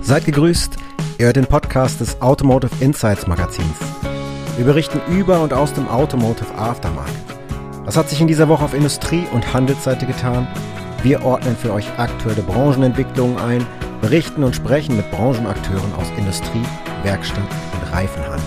Seid gegrüßt, ihr hört den Podcast des Automotive Insights Magazins. Wir berichten über und aus dem Automotive Aftermarket. Was hat sich in dieser Woche auf Industrie- und Handelsseite getan? Wir ordnen für euch aktuelle Branchenentwicklungen ein, berichten und sprechen mit Branchenakteuren aus Industrie, Werkstatt und Reifenhandel.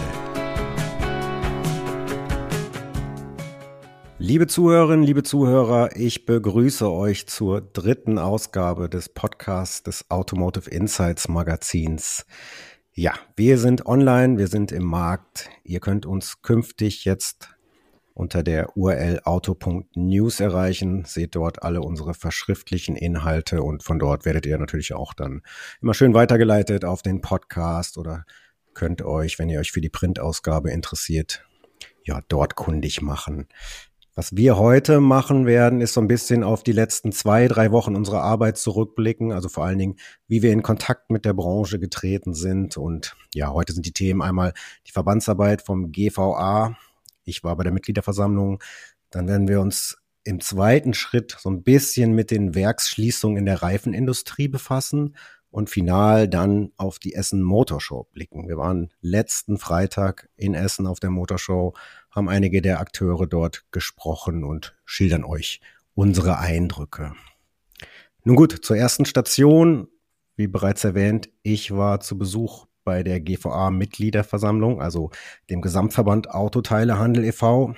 Liebe Zuhörerinnen, liebe Zuhörer, ich begrüße euch zur dritten Ausgabe des Podcasts des Automotive Insights Magazins. Ja, wir sind online, wir sind im Markt. Ihr könnt uns künftig jetzt unter der URL auto.news erreichen. Seht dort alle unsere verschriftlichen Inhalte und von dort werdet ihr natürlich auch dann immer schön weitergeleitet auf den Podcast oder könnt euch, wenn ihr euch für die Printausgabe interessiert, ja, dort kundig machen. Was wir heute machen werden, ist so ein bisschen auf die letzten 2-3 Wochen unserer Arbeit zurückblicken, also vor allen Dingen, wie wir in Kontakt mit der Branche getreten sind. Und ja, heute sind die Themen einmal die Verbandsarbeit vom GVA. Ich war bei der Mitgliederversammlung. Dann werden wir uns im zweiten Schritt so ein bisschen mit den Werksschließungen in der Reifenindustrie befassen und final dann auf die Essen Motorshow blicken. Wir waren letzten Freitag in Essen auf der Motorshow, haben einige der Akteure dort gesprochen und schildern euch unsere Eindrücke. Nun gut, zur ersten Station, wie bereits erwähnt, ich war zu Besuch bei der GVA-Mitgliederversammlung, also dem Gesamtverband Autoteilehandel e.V.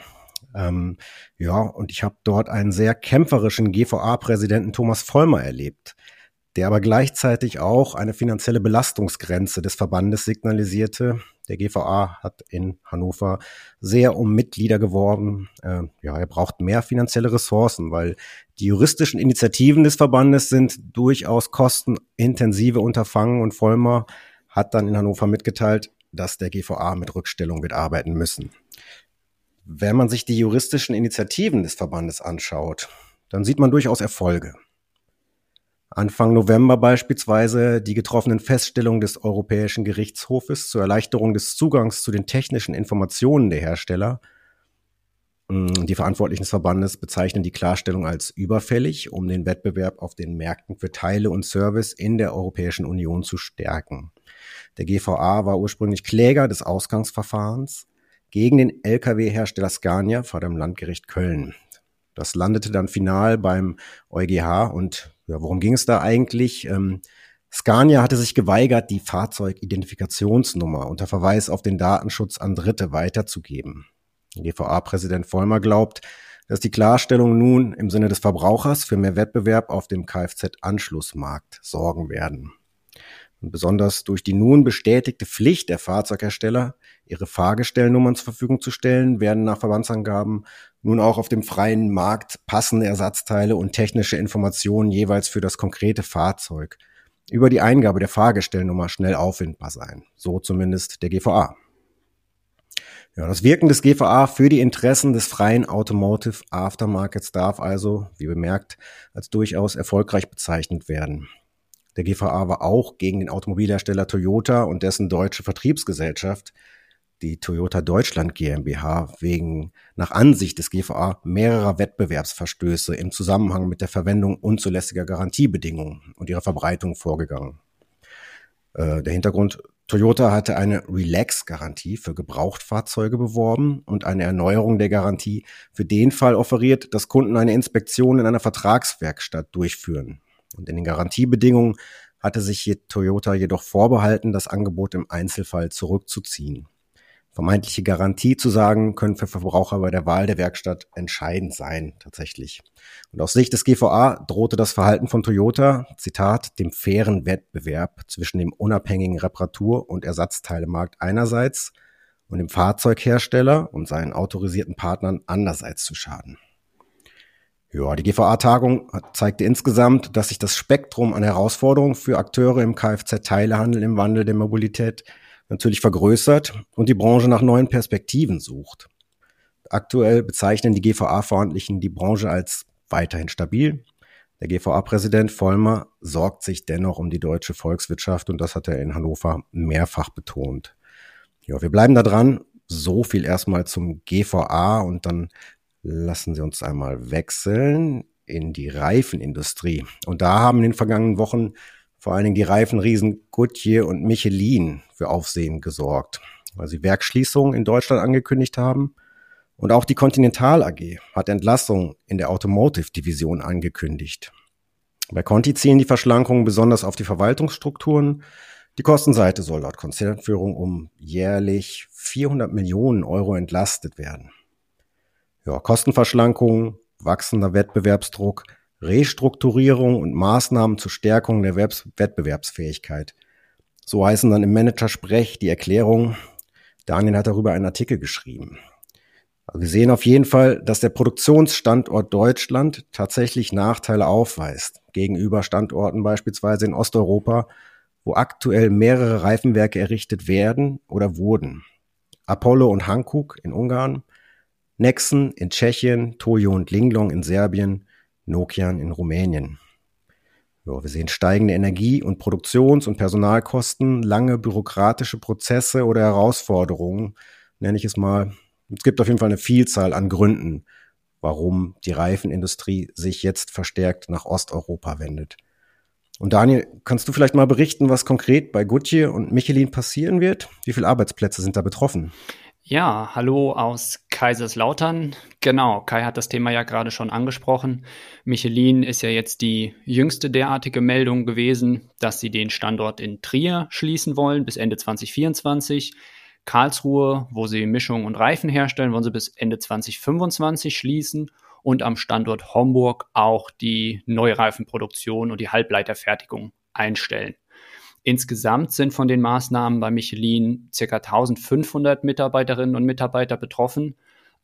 Und ich habe dort einen sehr kämpferischen GVA-Präsidenten Thomas Vollmer erlebt, der aber gleichzeitig auch eine finanzielle Belastungsgrenze des Verbandes signalisierte. Der GVA hat in Hannover sehr um Mitglieder geworben. Er braucht mehr finanzielle Ressourcen, weil die juristischen Initiativen des Verbandes sind durchaus kostenintensive Unterfangen und Vollmer hat dann in Hannover mitgeteilt, dass der GVA mit Rückstellung wird arbeiten müssen. Wenn man sich die juristischen Initiativen des Verbandes anschaut, dann sieht man durchaus Erfolge. Anfang November beispielsweise die getroffenen Feststellungen des Europäischen Gerichtshofes zur Erleichterung des Zugangs zu den technischen Informationen der Hersteller. Die Verantwortlichen des Verbandes bezeichnen die Klarstellung als überfällig, um den Wettbewerb auf den Märkten für Teile und Service in der Europäischen Union zu stärken. Der GVA war ursprünglich Kläger des Ausgangsverfahrens gegen den Lkw-Hersteller Scania vor dem Landgericht Köln. Das landete dann final beim EuGH und ja, worum ging es da eigentlich? Scania hatte sich geweigert, die Fahrzeugidentifikationsnummer unter Verweis auf den Datenschutz an Dritte weiterzugeben. GVA-Präsident Vollmer glaubt, dass die Klarstellung nun im Sinne des Verbrauchers für mehr Wettbewerb auf dem Kfz-Anschlussmarkt sorgen werden. Und besonders durch die nun bestätigte Pflicht der Fahrzeughersteller, ihre Fahrgestellnummern zur Verfügung zu stellen, werden nach Verbandsangaben nun auch auf dem freien Markt passende Ersatzteile und technische Informationen jeweils für das konkrete Fahrzeug über die Eingabe der Fahrgestellnummer schnell auffindbar sein. So zumindest der GVA. Ja, das Wirken des GVA für die Interessen des freien Automotive Aftermarkets darf also, wie bemerkt, als durchaus erfolgreich bezeichnet werden. Der GVA war auch gegen den Automobilhersteller Toyota und dessen deutsche Vertriebsgesellschaft, die Toyota Deutschland GmbH, wegen nach Ansicht des GVA mehrerer Wettbewerbsverstöße im Zusammenhang mit der Verwendung unzulässiger Garantiebedingungen und ihrer Verbreitung vorgegangen. Der Hintergrund: Toyota hatte eine Relax-Garantie für Gebrauchtfahrzeuge beworben und eine Erneuerung der Garantie für den Fall offeriert, dass Kunden eine Inspektion in einer Vertragswerkstatt durchführen. Und in den Garantiebedingungen hatte sich Toyota jedoch vorbehalten, das Angebot im Einzelfall zurückzuziehen. Vermeintliche Garantiezusagen können für Verbraucher bei der Wahl der Werkstatt entscheidend sein, tatsächlich. Und aus Sicht des GVA drohte das Verhalten von Toyota, Zitat, dem fairen Wettbewerb zwischen dem unabhängigen Reparatur- und Ersatzteilemarkt einerseits und dem Fahrzeughersteller und seinen autorisierten Partnern andererseits zu schaden. Ja, die GVA-Tagung zeigte insgesamt, dass sich das Spektrum an Herausforderungen für Akteure im Kfz-Teilehandel im Wandel der Mobilität natürlich vergrößert und die Branche nach neuen Perspektiven sucht. Aktuell bezeichnen die GVA-Verantwortlichen die Branche als weiterhin stabil. Der GVA-Präsident Vollmer sorgt sich dennoch um die deutsche Volkswirtschaft und das hat er in Hannover mehrfach betont. Ja, wir bleiben da dran. So viel erstmal zum GVA und dann lassen Sie uns einmal wechseln in die Reifenindustrie. Und da haben in den vergangenen Wochen vor allen Dingen die Reifenriesen Goodyear und Michelin für Aufsehen gesorgt, weil sie Werksschließungen in Deutschland angekündigt haben. Und auch die Continental AG hat Entlassungen in der Automotive-Division angekündigt. Bei Conti zielen die Verschlankungen besonders auf die Verwaltungsstrukturen. Die Kostenseite soll laut Konzernführung um jährlich 400 Millionen Euro entlastet werden. Ja, Kostenverschlankungen, wachsender Wettbewerbsdruck, Restrukturierung und Maßnahmen zur Stärkung der Wettbewerbsfähigkeit. So heißen dann im Manager-Sprech die Erklärungen. Daniel hat darüber einen Artikel geschrieben. Also wir sehen auf jeden Fall, dass der Produktionsstandort Deutschland tatsächlich Nachteile aufweist gegenüber Standorten beispielsweise in Osteuropa, wo aktuell mehrere Reifenwerke errichtet werden oder wurden. Apollo und Hankook in Ungarn, Nexen in Tschechien, Toyo und Linglong in Serbien, Nokian in Rumänien. Ja, wir sehen steigende Energie- und Produktions- und Personalkosten, lange bürokratische Prozesse oder Herausforderungen, nenne ich es mal. Es gibt auf jeden Fall eine Vielzahl an Gründen, warum die Reifenindustrie sich jetzt verstärkt nach Osteuropa wendet. Und Daniel, kannst du vielleicht mal berichten, was konkret bei Goodyear und Michelin passieren wird? Wie viele Arbeitsplätze sind da betroffen? Ja, hallo aus Kaiserslautern. Genau, Kai hat das Thema ja gerade schon angesprochen. Michelin ist ja jetzt die jüngste derartige Meldung gewesen, dass sie den Standort in Trier schließen wollen bis Ende 2024. Karlsruhe, wo sie Mischungen und Reifen herstellen, wollen sie bis Ende 2025 schließen und am Standort Homburg auch die Neureifenproduktion und die Halbleiterfertigung einstellen. Insgesamt sind von den Maßnahmen bei Michelin ca. 1500 Mitarbeiterinnen und Mitarbeiter betroffen.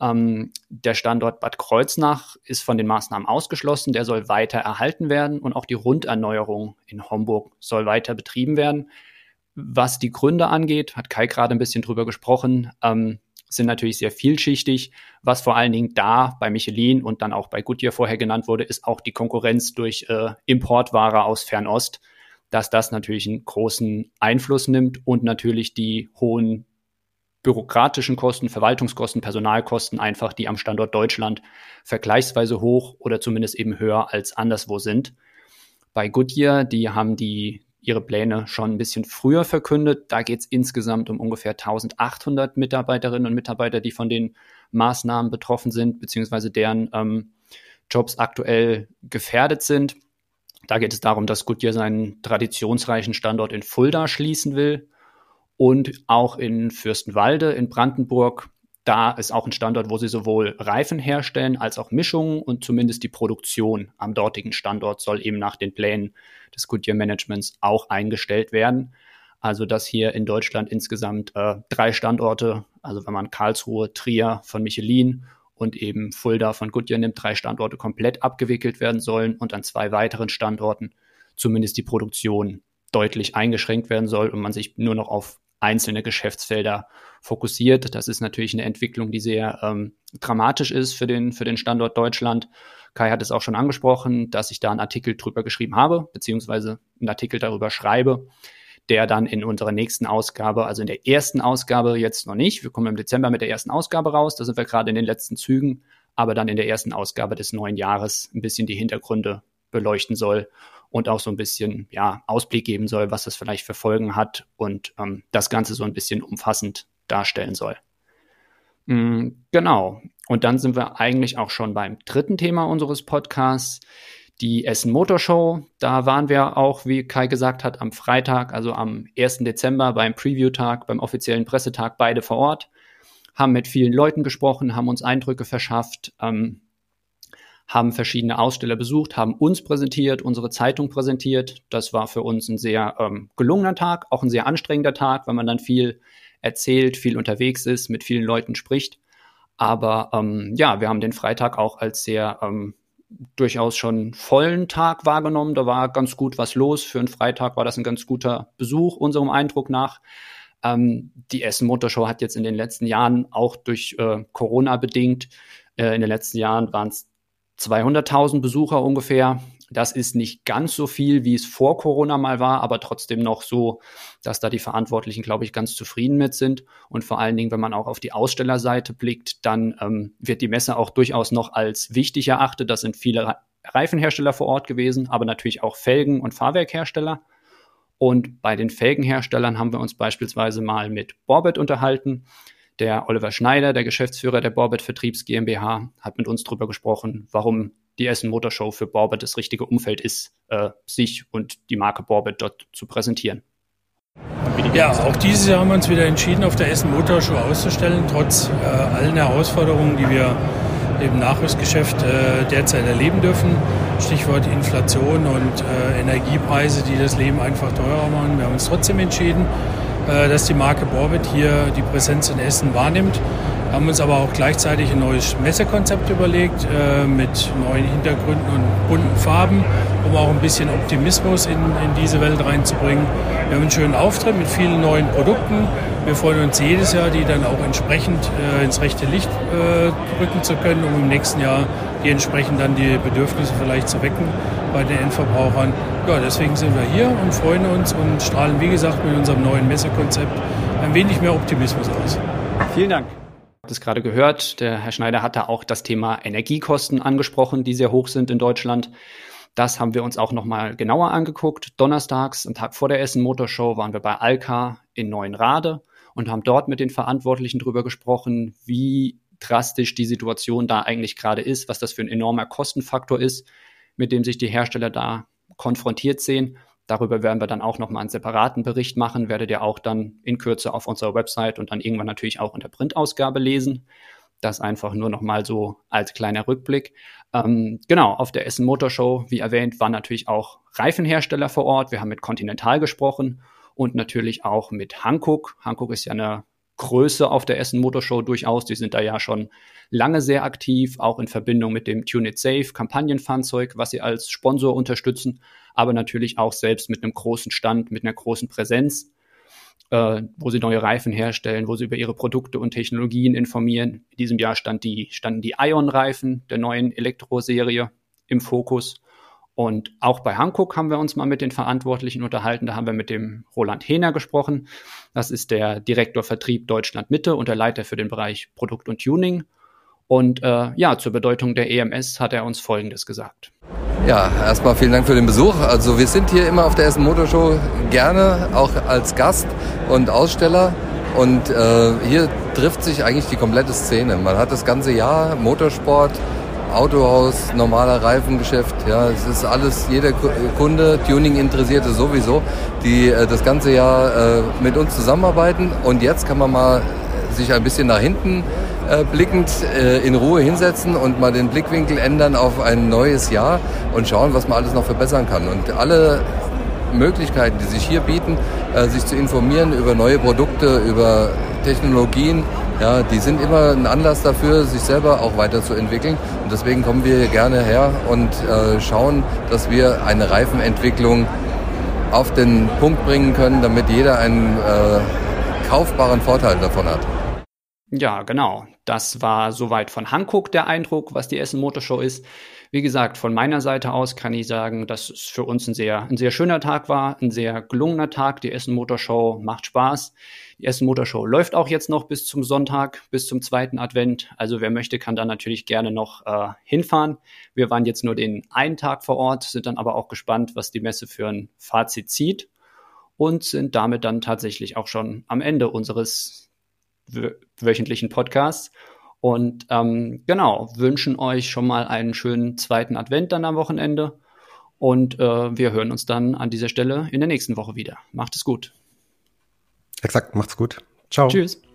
Der Standort Bad Kreuznach ist von den Maßnahmen ausgeschlossen, der soll weiter erhalten werden und auch die Runderneuerung in Homburg soll weiter betrieben werden. Was die Gründe angeht, hat Kai gerade ein bisschen drüber gesprochen, sind natürlich sehr vielschichtig. Was vor allen Dingen da bei Michelin und dann auch bei Goodyear vorher genannt wurde, ist auch die Konkurrenz durch Importware aus Fernost, dass das natürlich einen großen Einfluss nimmt und natürlich die hohen bürokratischen Kosten, Verwaltungskosten, Personalkosten einfach, die am Standort Deutschland vergleichsweise hoch oder zumindest eben höher als anderswo sind. Bei Goodyear, die haben ihre Pläne schon ein bisschen früher verkündet. Da geht es insgesamt um ungefähr 1800 Mitarbeiterinnen und Mitarbeiter, die von den Maßnahmen betroffen sind, beziehungsweise deren Jobs aktuell gefährdet sind. Da geht es darum, dass Goodyear seinen traditionsreichen Standort in Fulda schließen will und auch in Fürstenwalde in Brandenburg. Da ist auch ein Standort, wo sie sowohl Reifen herstellen als auch Mischungen und zumindest die Produktion am dortigen Standort soll eben nach den Plänen des Goodyear-Managements auch eingestellt werden. Also dass hier in Deutschland insgesamt 3 Standorte, also wenn man Karlsruhe, Trier von Michelin und eben Fulda von Goodyear nimmt, 3 Standorte komplett abgewickelt werden sollen und an 2 weiteren Standorten zumindest die Produktion deutlich eingeschränkt werden soll und man sich nur noch auf einzelne Geschäftsfelder fokussiert. Das ist natürlich eine Entwicklung, die sehr dramatisch ist für den Standort Deutschland. Kai hat es auch schon angesprochen, dass ich da einen Artikel drüber geschrieben habe, beziehungsweise einen Artikel darüber schreibe, der dann in unserer nächsten Ausgabe, also in der ersten Ausgabe jetzt noch nicht, wir kommen im Dezember mit der ersten Ausgabe raus, da sind wir gerade in den letzten Zügen, aber dann in der ersten Ausgabe des neuen Jahres ein bisschen die Hintergründe beleuchten soll und auch so ein bisschen Ausblick geben soll, was das vielleicht für Folgen hat und das Ganze so ein bisschen umfassend darstellen soll. Genau. Und dann sind wir eigentlich auch schon beim dritten Thema unseres Podcasts, die Essen Motor Show. Da waren wir auch, wie Kai gesagt hat, am Freitag, also am 1. Dezember beim Preview-Tag, beim offiziellen Pressetag, beide vor Ort, haben mit vielen Leuten gesprochen, haben uns Eindrücke verschafft, haben verschiedene Aussteller besucht, haben uns präsentiert, unsere Zeitung präsentiert. Das war für uns ein sehr gelungener Tag, auch ein sehr anstrengender Tag, weil man dann viel erzählt, viel unterwegs ist, mit vielen Leuten spricht. Aber wir haben den Freitag auch als sehr durchaus schon vollen Tag wahrgenommen. Da war ganz gut was los. Für einen Freitag war das ein ganz guter Besuch, unserem Eindruck nach. Die Essen Motor Show hat jetzt in den letzten Jahren, auch durch Corona bedingt, in den letzten Jahren waren es 200.000 Besucher ungefähr. Das ist nicht ganz so viel, wie es vor Corona mal war, aber trotzdem noch so, dass da die Verantwortlichen, glaube ich, ganz zufrieden mit sind. Und vor allen Dingen, wenn man auch auf die Ausstellerseite blickt, dann wird die Messe auch durchaus noch als wichtig erachtet. Das sind viele Reifenhersteller vor Ort gewesen, aber natürlich auch Felgen- und Fahrwerkhersteller. Und bei den Felgenherstellern haben wir uns beispielsweise mal mit Borbet unterhalten. Der Oliver Schneider, der Geschäftsführer der Borbet Vertriebs GmbH, hat mit uns darüber gesprochen, warum die Essen Motor Show für Borbet das richtige Umfeld ist, sich und die Marke Borbet dort zu präsentieren. Ja, auch dieses Jahr haben wir uns wieder entschieden, auf der Essen Motor Show auszustellen, trotz allen Herausforderungen, die wir im Nachrüstgeschäft derzeit erleben dürfen. Stichwort Inflation und Energiepreise, die das Leben einfach teurer machen. Wir haben uns trotzdem entschieden, dass die Marke Borbet hier die Präsenz in Essen wahrnimmt. Haben uns aber auch gleichzeitig ein neues Messekonzept überlegt mit neuen Hintergründen und bunten Farben, um auch ein bisschen Optimismus in diese Welt reinzubringen. Wir haben einen schönen Auftritt mit vielen neuen Produkten. Wir freuen uns jedes Jahr, die dann auch entsprechend ins rechte Licht rücken zu können, um im nächsten Jahr die entsprechend dann die Bedürfnisse vielleicht zu wecken bei den Endverbrauchern. Ja, deswegen sind wir hier und freuen uns und strahlen, wie gesagt, mit unserem neuen Messekonzept ein wenig mehr Optimismus aus. Vielen Dank. Ich habe das gerade gehört. Der Herr Schneider hat da auch das Thema Energiekosten angesprochen, die sehr hoch sind in Deutschland. Das haben wir uns auch nochmal genauer angeguckt. Donnerstags, am Tag vor der Essen Motor Show, waren wir bei Alka in Neuenrade und haben dort mit den Verantwortlichen drüber gesprochen, wie drastisch die Situation da eigentlich gerade ist, was das für ein enormer Kostenfaktor ist, mit dem sich die Hersteller da konfrontiert sehen. Darüber werden wir dann auch nochmal einen separaten Bericht machen, werdet ihr auch dann in Kürze auf unserer Website und dann irgendwann natürlich auch in der Printausgabe lesen. Das einfach nur nochmal so als kleiner Rückblick. Genau, auf der Essen Motor Show, wie erwähnt, waren natürlich auch Reifenhersteller vor Ort. Wir haben mit Continental gesprochen und natürlich auch mit Hankook. Hankook ist ja eine Größe auf der Essen Motor Show durchaus. Die sind da ja schon lange sehr aktiv, auch in Verbindung mit dem Tune It Safe Kampagnenfahrzeug, was sie als Sponsor unterstützen, aber natürlich auch selbst mit einem großen Stand, mit einer großen Präsenz, wo sie neue Reifen herstellen, wo sie über ihre Produkte und Technologien informieren. In diesem Jahr standen die Ion-Reifen der neuen Elektro-Serie im Fokus. Und auch bei Hankook haben wir uns mal mit den Verantwortlichen unterhalten. Da haben wir mit dem Roland Hehner gesprochen. Das ist der Direktor Vertrieb Deutschland Mitte und der Leiter für den Bereich Produkt und Tuning. Und zur Bedeutung der EMS hat er uns Folgendes gesagt. Ja, erstmal vielen Dank für den Besuch. Also wir sind hier immer auf der Essen Motor Show gerne, auch als Gast und Aussteller. Und hier trifft sich eigentlich die komplette Szene. Man hat das ganze Jahr Motorsport, Autohaus, normaler Reifengeschäft, ja, es ist alles, jeder Kunde, Tuning-Interessierte sowieso, die das ganze Jahr mit uns zusammenarbeiten. Und jetzt kann man mal sich ein bisschen nach hinten blickend in Ruhe hinsetzen und mal den Blickwinkel ändern auf ein neues Jahr und schauen, was man alles noch verbessern kann. Und alle Möglichkeiten, die sich hier bieten, sich zu informieren über neue Produkte, über Technologien, ja, die sind immer ein Anlass dafür, sich selber auch weiterzuentwickeln. Und deswegen kommen wir hier gerne her und schauen, dass wir eine Reifenentwicklung auf den Punkt bringen können, damit jeder einen kaufbaren Vorteil davon hat. Ja, genau. Das war soweit von Hankook der Eindruck, was die Essen Motor Show ist. Wie gesagt, von meiner Seite aus kann ich sagen, dass es für uns ein sehr schöner Tag war, ein sehr gelungener Tag. Die Essen Motor Show macht Spaß. Die Essen Motor Show läuft auch jetzt noch bis zum Sonntag, bis zum 2. Advent. Also wer möchte, kann da natürlich gerne noch hinfahren. Wir waren jetzt nur den einen Tag vor Ort, sind dann aber auch gespannt, was die Messe für ein Fazit zieht und sind damit dann tatsächlich auch schon am Ende unseres wöchentlichen Podcasts. Und wünschen euch schon mal einen schönen 2. Advent dann am Wochenende. Und wir hören uns dann an dieser Stelle in der nächsten Woche wieder. Macht es gut. Exakt, macht's gut. Ciao. Tschüss.